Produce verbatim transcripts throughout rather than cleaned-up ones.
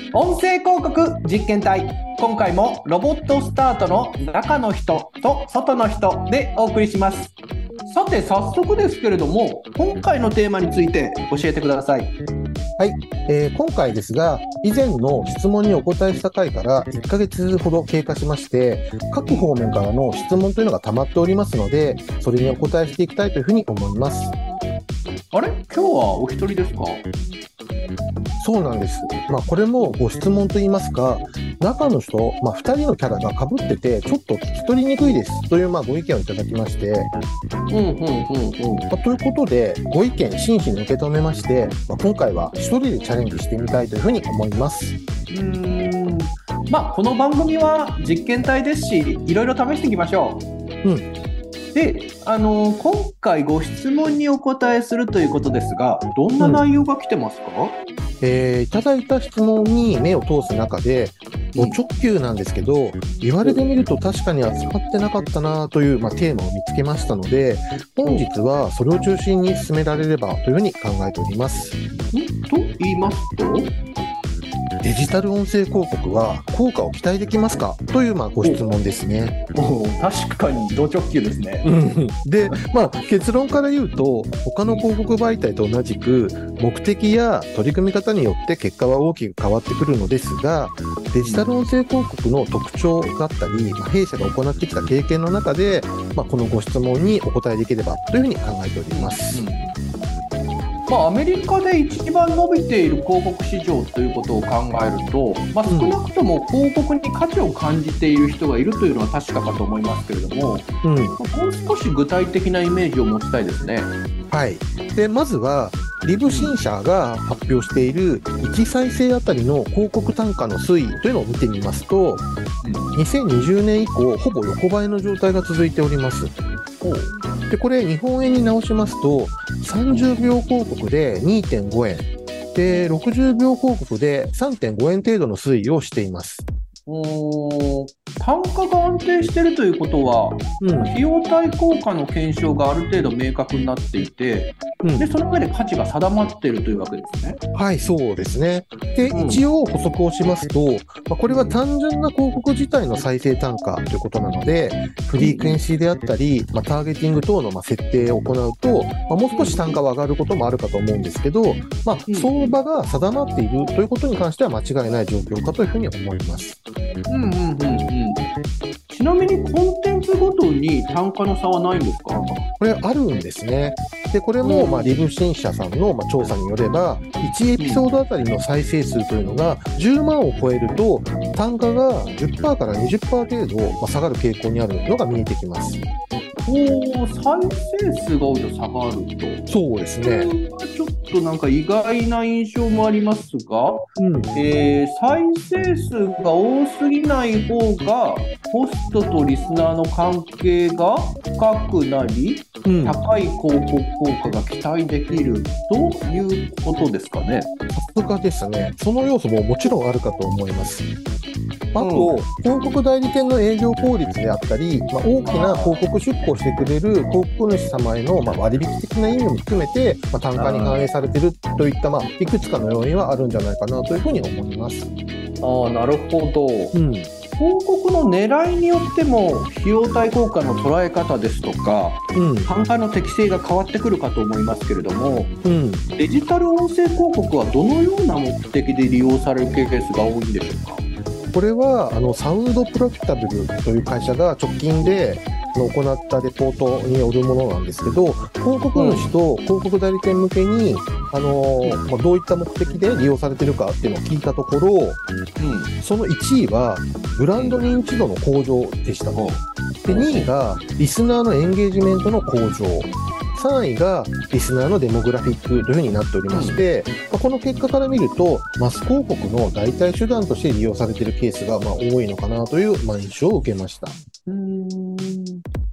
音声広告実験隊、今回もロボットスタートの中の人と外の人でお送りします。さて早速ですけれども、今回のテーマについて教えてください。 はい、えー今回ですが、以前の質問にお答えした回からいっかげつほど経過しまして、各方面からの質問というのが溜まっておりますので、それにお答えしていきたいというふうに思います。 あれ、今日はお一人ですか？ そうなんです。まあ、これもご質問といいますか、中の人、まあ、ふたりのキャラが被ってて、ちょっと聞き取りにくいですというまあご意見をいただきまして、 うんうんうんうん。 まあ、ということで、ご意見真摯に受け止めまして、まあ、今回は一人でチャレンジしてみたいというふうに思います。 うーんまあこの番組は実験体ですし、いろいろ試していきましょう。 うん。 で、あの今回ご質問にお答えするということですが、どんな内容が来てますか？ えーいただいた質問に目を通す中で、 うんド直球なんですけど、言われてみると確かに扱ってなかったなという、まあ、テーマを見つけましたので、本日はそれを中心に進められればというふうに考えております。 んと言いますと？ デジタル音声広告は効果を期待できますかというまあご質問ですね。 おー確かにド直球ですね。 うんで、まあ、結論から言うと、他の広告媒体と同じく、目的や取り組み方によって結果は大きく変わってくるのですが、デジタル音声広告の特徴だったり、まあ、弊社が行ってきた経験の中で、まあ、このご質問にお答えできればというふうに考えております。 まあ、アメリカで一番伸びている広告市場ということを考えると、まあ、少なくとも広告に価値を感じている人がいるというのは確かかと思いますけれども、 うん、 もう少し具体的なイメージを持ちたいですね。 はい。で、まずは、リブ新社が発表しているいち再生あたりの広告単価の推移というのを見てみますと、にせんにじゅうねん以降、ほぼ横ばいの状態が続いております。で、これ日本円に直しますと、さんじゅうびょう広告で にてんごえん、で、ろくじゅうびょう広告で さんてんごえん程度の推移をしています。 うーん単価が安定しているということは、 うん。 費用対効果の検証がある程度明確になっていて、 うんでその上で価値が定まっているというわけですね。 はい、そうですね。で、 うん一応補足をしますと、まあ、これは単純な広告自体の再生単価ということなので、フリークエンシーであったり、まあ、ターゲティング等のまあ設定を行うと、まあ、もう少し単価は上がることもあるかと思うんですけど、まあ、 うん相場が定まっているということに関しては間違いない状況かというふうに思います。 うんうんうんうん。ちなみにコンテンツごとに単価の差はないんですか？ これあるんですね。で、これも、まあ、リブ新社さんの、まあ、調査によれば、いちエピソードあたりの再生数というのがじゅうまんを超えると、単価がじゅっパーセントからにじゅっパーセント程度、まあ、下がる傾向にあるのが見えてきます。 おお、再生数が多いと差があると。 そうですね。 これはちょっとなんか意外な印象もありますが、 うん。 えー再生数が多すぎない方がホストとリスナーの関係が深くなり、 うん。さ高い広告効果が期待できるということですかね。 すがですね。その要素ももちろんあるかと思います。あと、広告代理店の営業効率であったり、まあ、大きな広告出稿してくれる広告主様へのまあ割引的な意味も含めて、まあ、単価に反映されているといった、まあ、いくつかの要因はあるんじゃないかなというふうに思います。 ああ、なるほど。 うん。 広告の狙いによっても費用対効果の捉え方ですとか、 うん。 単価の適性が変わってくるかと思いますけれども、 うん。 デジタル音声広告はどのような目的で利用されるケースが多いんでしょうか？ これはあのサウンドプロフィタブルという会社が直近であの行ったレポートによるものなんですけど、広告主と広告代理店向けに、あのまあ、どういった目的で利用されているかっていうのを聞いたところ、 うんそのいちいはブランド認知度の向上でしたと。で、にいがリスナーのエンゲージメントの向上。さんいがリスナーのデモグラフィックというふうになっておりまして、まあ、この結果から見ると、マス広告の代替手段として利用されているケースがまあ多いのかなというまあ印象を受けました。 うーん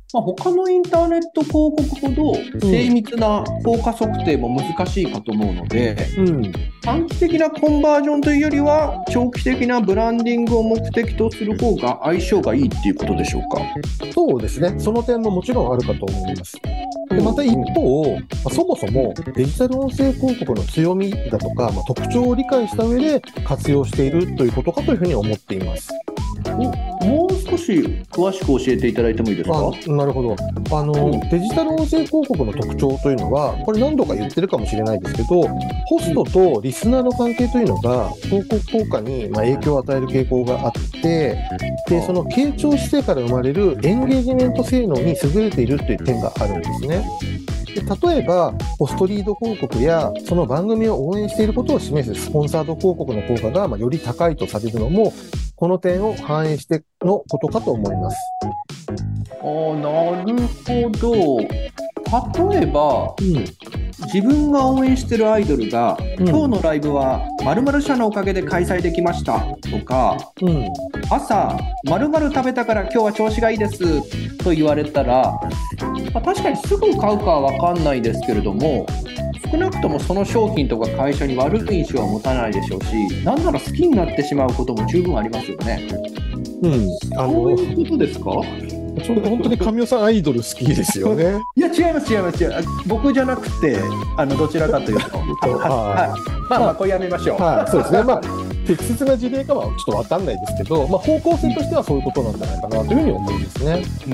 まあ、他のインターネット広告ほど精密な効果測定も難しいかと思うので、 うん、 短期的なコンバージョンというよりは長期的なブランディングを目的とする方が相性がいいっていうことでしょうか。 そうですね。その点ももちろんあるかと思います。でまた一方、まあ、そもそもデジタル音声広告の強みだとか、まあ、特徴を理解した上で活用しているということかというふうに思っています。 もう少し詳しく教えていただいてもいいですか。 あ、なるほど。あの、うん、デジタル音声広告の特徴というのは、これ何度か言ってるかもしれないですけど、ホストとリスナーの関係というのが広告効果にまあ影響を与える傾向があって、でその傾聴姿勢から生まれるエンゲージメント性能に優れているという点があるんですね。で例えばポストリード広告やその番組を応援していることを示すスポンサード広告の効果がまあより高いとされるのもこの点を反映してのことかと思います。 ああ、なるほど。例えば、うん、自分が応援してるアイドルが、うん、今日のライブは〇〇社のおかげで開催できましたとか、うん、朝〇〇食べたから今日は調子がいいですと言われたら、まあ、確かにすぐ買うかは分かんないですけれども、少なくともその商品とか会社に悪い印象は持たないでしょうし、なんなら好きになってしまうことも十分ありますよね。 うん、あのそういうことですか。 ちょっと本当に神尾さんアイドル好きですよね。 いや違います違います違います。僕じゃなくてあのどちらかというと、はい、まあまあこれやめましょう。 はい、そうですね。まあ適切な事例かはちょっと分かんないですけど、まあ、方向性としてはそういうことなんじゃないかなというふうに思いますね。うんうん、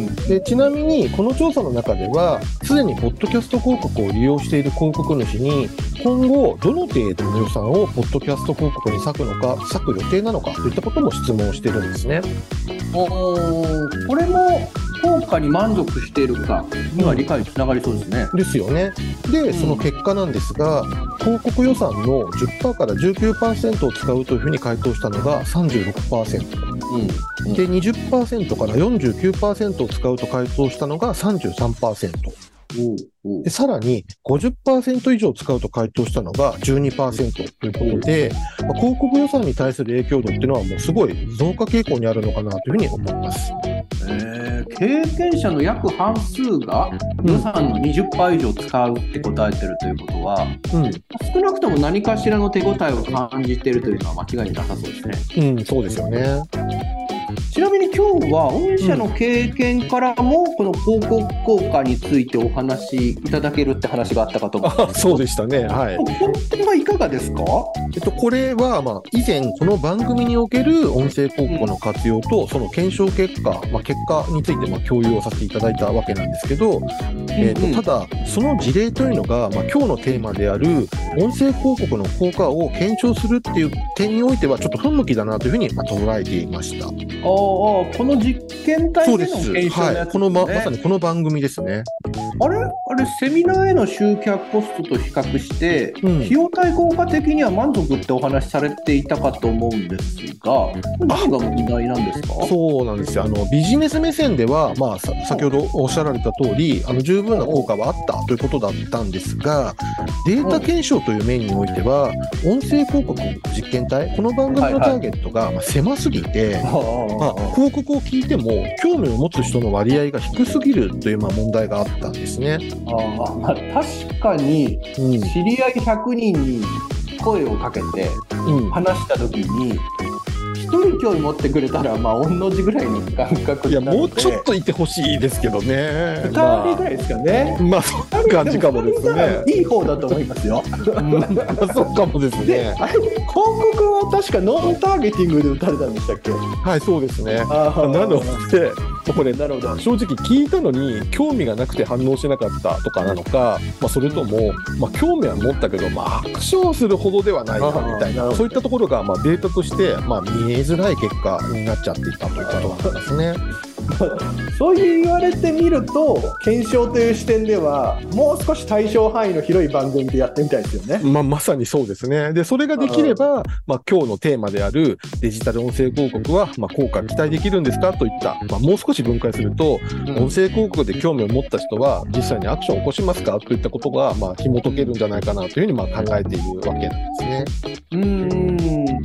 でちなみにこの調査の中ではすでにポッドキャスト広告を利用している広告主に今後どの程度の予算をポッドキャスト広告に割くのか割く予定なのかといったことも質問してるんですね。 おこれも効果に満足しているかには理解につながりそうですね。 ですよね。で、その結果なんですが、広告予算の じゅっパーセント から じゅうきゅうパーセント を使うというふうに回答したのが さんじゅうろくパーセント、うんうん、で にじゅっパーセント から よんじゅうきゅうパーセント を使うと回答したのが さんじゅうさんパーセント、おうおうでさらに ごじゅっパーセント 以上使うと回答したのが じゅうにパーセント ということで、まあ、広告予算に対する影響度っていうのはもうすごい増加傾向にあるのかなというふうに思います。 えー、経験者の約半数が予算の にじゅっパーセント 以上使うって答えてるということは、うん、少なくとも何かしらの手応えを感じているというのは間違いなさそうですね。うん、そうですよね。 ちなみに今日は御社の経験からもこの広告効果についてお話しいただけるって話があったかと思うんですけど、 そうでしたね。はい。 これはいかがですか？ えっと、これは、まあ、以前この番組における音声広告の活用と、その検証結果、まあ、結果についてまあ共有をさせていただいたわけなんですけど、えっと、ただその事例というのが、まあ、今日のテーマである音声広告の効果を検証するっていう点においてはちょっと不向きだなというふうにまあ捉えていました。ああ、この実験体での検証のやつですね。 はい、この ま, まさにこの番組ですね。 あれあれセミナーへの集客コストと比較して、うん、費用対効果的には満足ってお話しされていたかと思うんですが、何が問題なんですか？ そうなんですよ。あのビジネス目線では、まあ、さ先ほどおっしゃられた通りあの十分な効果はあったということだったんですが、データ検証という面においては音声広告実験体、この番組のターゲットがまあ狭すぎて、はいはいまあ、広告を聞いても興味を持つ人の割合が低すぎるというまあ問題があったんですね。 あ、まあ、確かに知り合いひゃくにんに声をかけて話した時に、うん一人興味持ってくれたらまあ同じぐらいの感覚なので、いやもうちょっといてほしいですけどね。 ふたりぐらいですかね。 まあそんな感じかもですね。 いい方だと思いますよ。 うん、そうかもですね。 であれ広告は確かノンターゲティングで打たれたんでしたっけ？ はいそうですね。なのでこれなるほど正直聞いたのに興味がなくて反応しなかったとかなのか、まあ、それとも、まあ、興味は持ったけど、まあ、アクションするほどではないかみたいな、そういったところがまあデータとして、まあ、見えづらい結果になっちゃっていたということなんですね。 そういう言われてみると検証という視点ではもう少し対象範囲の広い番組でやってみたいですよね。 まあ、まさにそうですね。でそれができれば、まあ、今日のテーマであるデジタル音声広告は、まあ、効果期待できるんですかといった、まあ、もう少し分解すると、うん、音声広告で興味を持った人は実際にアクションを起こしますかといったことが、まあ、紐解けるんじゃないかなというふうにまあ考えているわけなんですね。 うーんま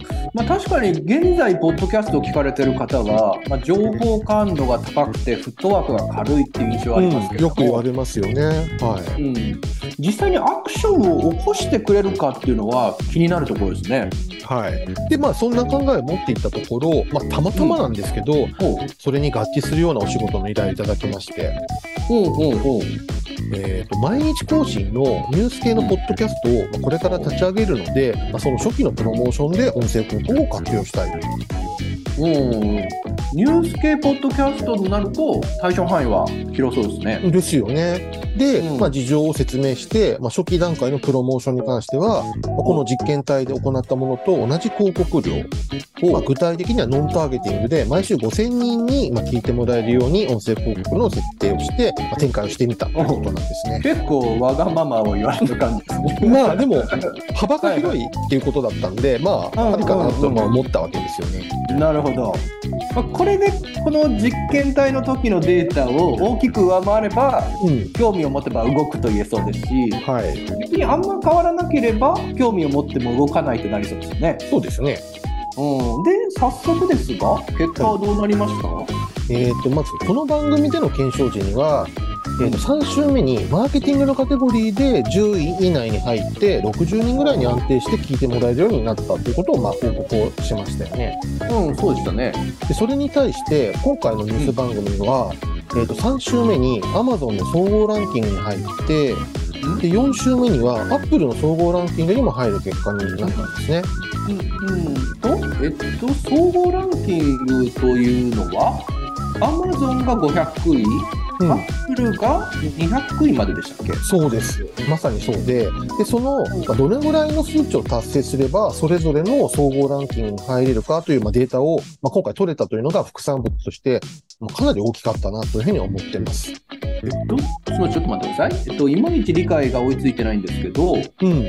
まあ、確かに現在ポッドキャストを聞かれてる方は、まあ、情報感度が高くてフットワークが軽いっていう印象はありますけど、 うん、よく言われますよね。はい。 うん、実際にアクションを起こしてくれるかっていうのは気になるところですね。 はい。で、まあそんな考えを持っていったところ、まあたまたまなんですけど、うん、それに合致するようなお仕事の依頼をいただきまして、 うんうんうん。 えー、と毎日更新のニュース系のポッドキャストをこれから立ち上げるので、まあ、その初期のプロモーションで音声広告を活用したい。 うん、ニュース系ポッドキャストになると対象範囲は広そうですね。 ですよね。で、うん、まあ、事情を説明して、まあ、初期段階のプロモーションに関しては、まあ、この実験体で行ったものと同じ広告量を、まあ、具体的にはノンターゲティングで毎週ごせんにんにまあ聞いてもらえるように音声広告の設定をして、まあ、展開をしてみたということなんですね。 結構わがままを言われる感じですね。 まあでも幅が広いっていうことだったんで、まあありかなと思ったわけですよね。 なるほど。まあ、これでこの実験体の時のデータを大きく上回れば、うん、興味を持てば動くと言えそうですし、はい、逆にあんま変わらなければ興味を持っても動かないとなりそうですよね。 そうですね。 うん、で早速ですが結果はどうなりました？はい、 えーとまずこの番組での検証時には、えー、とさん週目にマーケティングのカテゴリーでじゅうい以内に入ってろくじゅうにんぐらいに安定して聞いてもらえるようになったということをまあ報告をしましたよね。 うん、そうでしたね。 でそれに対して今回のニュース番組は、うんえー、とさん週目に Amazon の総合ランキングに入ってでよん週目には Apple の総合ランキングにも入る結果になったんですね。 うんうんとえっと総合ランキングというのは Amazon がごひゃくい、うん、Apple がにひゃくいまででしたっけ？ そうです。まさにそうで、でそのどれぐらいの数値を達成すればそれぞれの総合ランキングに入れるかというまあデータを、まあ、今回取れたというのが副産物としてかなり大きかったなというふうに思っています。 えっと、ちょっと待ってください。えっと、いまいち理解が追いついてないんですけど、うん、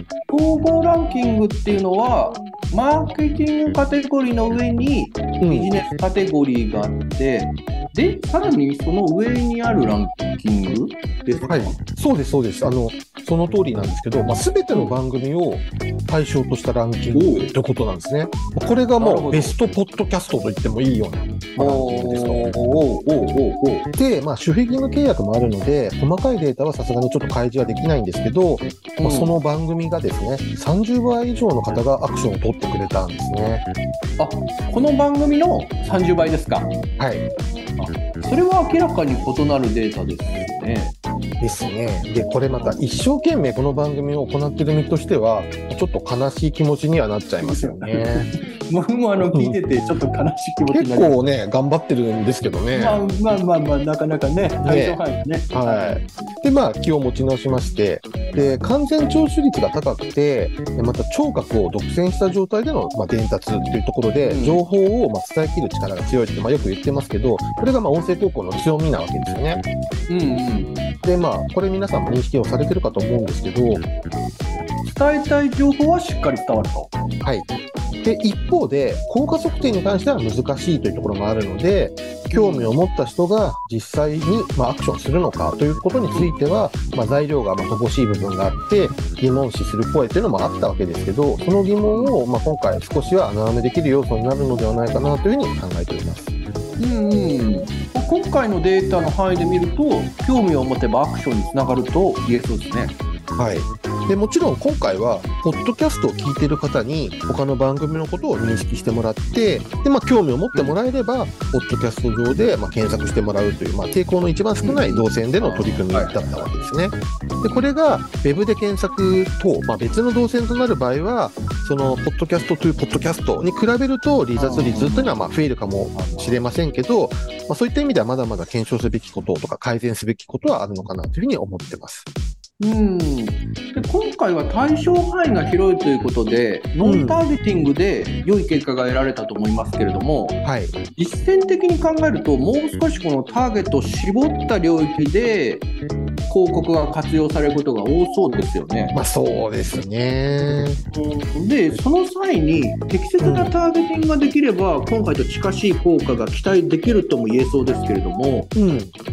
総合ランキングっていうのは、マーケティングカテゴリーの上にビジネスカテゴリーがあって、うん、で、さらにその上にあるランキングですか？ はい、そうです、そうです。あの、その通りなんですけど、まあ、全ての番組を対象としたランキングということなんですね。これがもうベストポッドキャストと言ってもいいようなランキングですと。で、まあ、守秘義務契約もあるので、細かいデータはさすがにちょっと開示はできないんですけど、うん、まあ、その番組がですね、さんじゅうばい以上の方がアクションを取ってくれたんですね。 あ、この番組のさんじゅうばいですか？ はい。 あ、それは明らかに異なるデータですね。 ですね。で、これまた一生懸命この番組を行っている身としては、ちょっと悲しい気持ちにはなっちゃいますよね。 僕もあの聞いててちょっと悲しい気持ちになります。 結構ね、頑張ってるんですけどね。 まあまあまあまあ、なかなかね、対象範囲ね。 はい。で、まあ、気を持ち直しまして、で、完全聴取率が高くて、また聴覚を独占した状態での、まあ、伝達というところで、うん、情報をまあ伝えきる力が強いって、まあ、よく言ってますけど、これがまあ音声投稿の強みなわけですよね。うんうん。で、まあ、これ皆さんも認識をされてるかと思うんですけど、伝えたい情報はしっかり伝わると。 はい。で、一方で、効果測定に関しては難しいというところもあるので、興味を持った人が実際に、まあ、アクションするのかということについては、まあ、材料がまあ乏しい部分があって疑問視する声というのもあったわけですけど、その疑問をまあ今回少しは穴埋めできる要素になるのではないかなというふうに考えております。 うんうん、今回のデータの範囲で見ると興味を持てばアクションにつながると言えそうですね。 はい。でもちろん今回はポッドキャストを聞いている方に他の番組のことを認識してもらってで、まあ、興味を持ってもらえればポッドキャスト上でまあ検索してもらうという、まあ、抵抗の一番少ない動線での取り組みだったわけですね。でこれがウェブで検索と、まあ、別の動線となる場合はそのポッドキャストというポッドキャストに比べると離脱率というのはまあ増えるかもしれませんけど、まあ、そういった意味ではまだまだ検証すべきこととか改善すべきことはあるのかなというふうに思ってます。 うん、で今回は対象範囲が広いということでノンターゲティングで良い結果が得られたと思いますけれども、うんはい、実践的に考えるともう少しこのターゲットを絞った領域で広告が活用されることが多そうですよね。 まあそうですね、 うん、でその際に適切なターゲティングができれば、うん、今回と近しい効果が期待できるとも言えそうですけれども、うん、このあ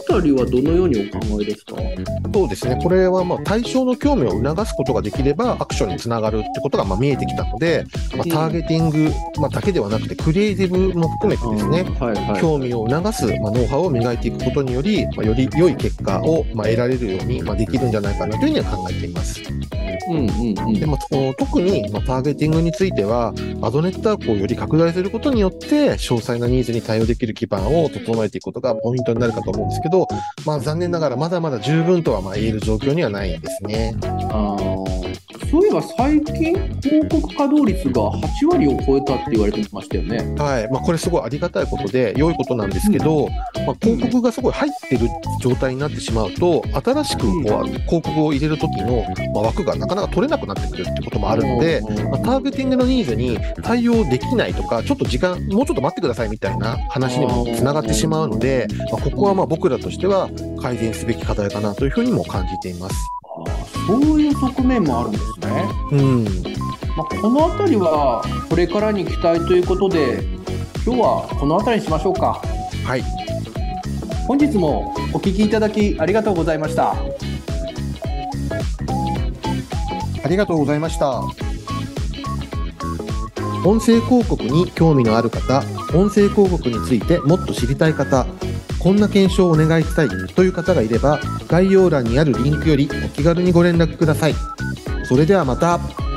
たりはどのようにお考えですか？ そうですね、これはまあ対象の興味を促すことができればアクションにつながるってことがまあ見えてきたので、まあ、ターゲティング、まあ、だけではなくてクリエイティブも含めてですね、 はいはい、 興味を促す、まあ、ノウハウを磨いていくことにより、まあ、より良い結果をまあ得られるようにまあできるんじゃないかなというふうには考えています。 うんうんうん、 でまあ、特にまあターゲティングについてはアドネットワークをより拡大することによって詳細なニーズに対応できる基盤を整えていくことがポイントになるかと思うんですけど、まあ、残念ながらまだまだ十分とはまあ言える状況にはないんですね。 あそういえば最近広告稼働率がはちわりを超えたって言われてましたよね。 はい、まあ、これすごいありがたいことで良いことなんですけど、うんまあ、広告がすごい入ってる状態になってしまうと新しくこう広告を入れる時のまあ枠がなかなか取れなくなってくるってこともあるので、まあ、ターゲティングのニーズに対応できないとかちょっと時間もうちょっと待ってくださいみたいな話にもつながってしまうので、まあ、ここはまあ僕らとしては改善すべき課題かなというふうにも感じています。 そういう側面もあるんですね。 うんまあ、このあたりはこれからに期待ということで今日はこのあたりにしましょうか。 はい、 本日もお聞きいただきありがとうございました。 ありがとうございました。音声広告に興味のある方、音声広告についてもっと知りたい方、こんな検証をお願いしたいという方がいれば概要欄にあるリンクよりお気軽にご連絡ください。それではまた。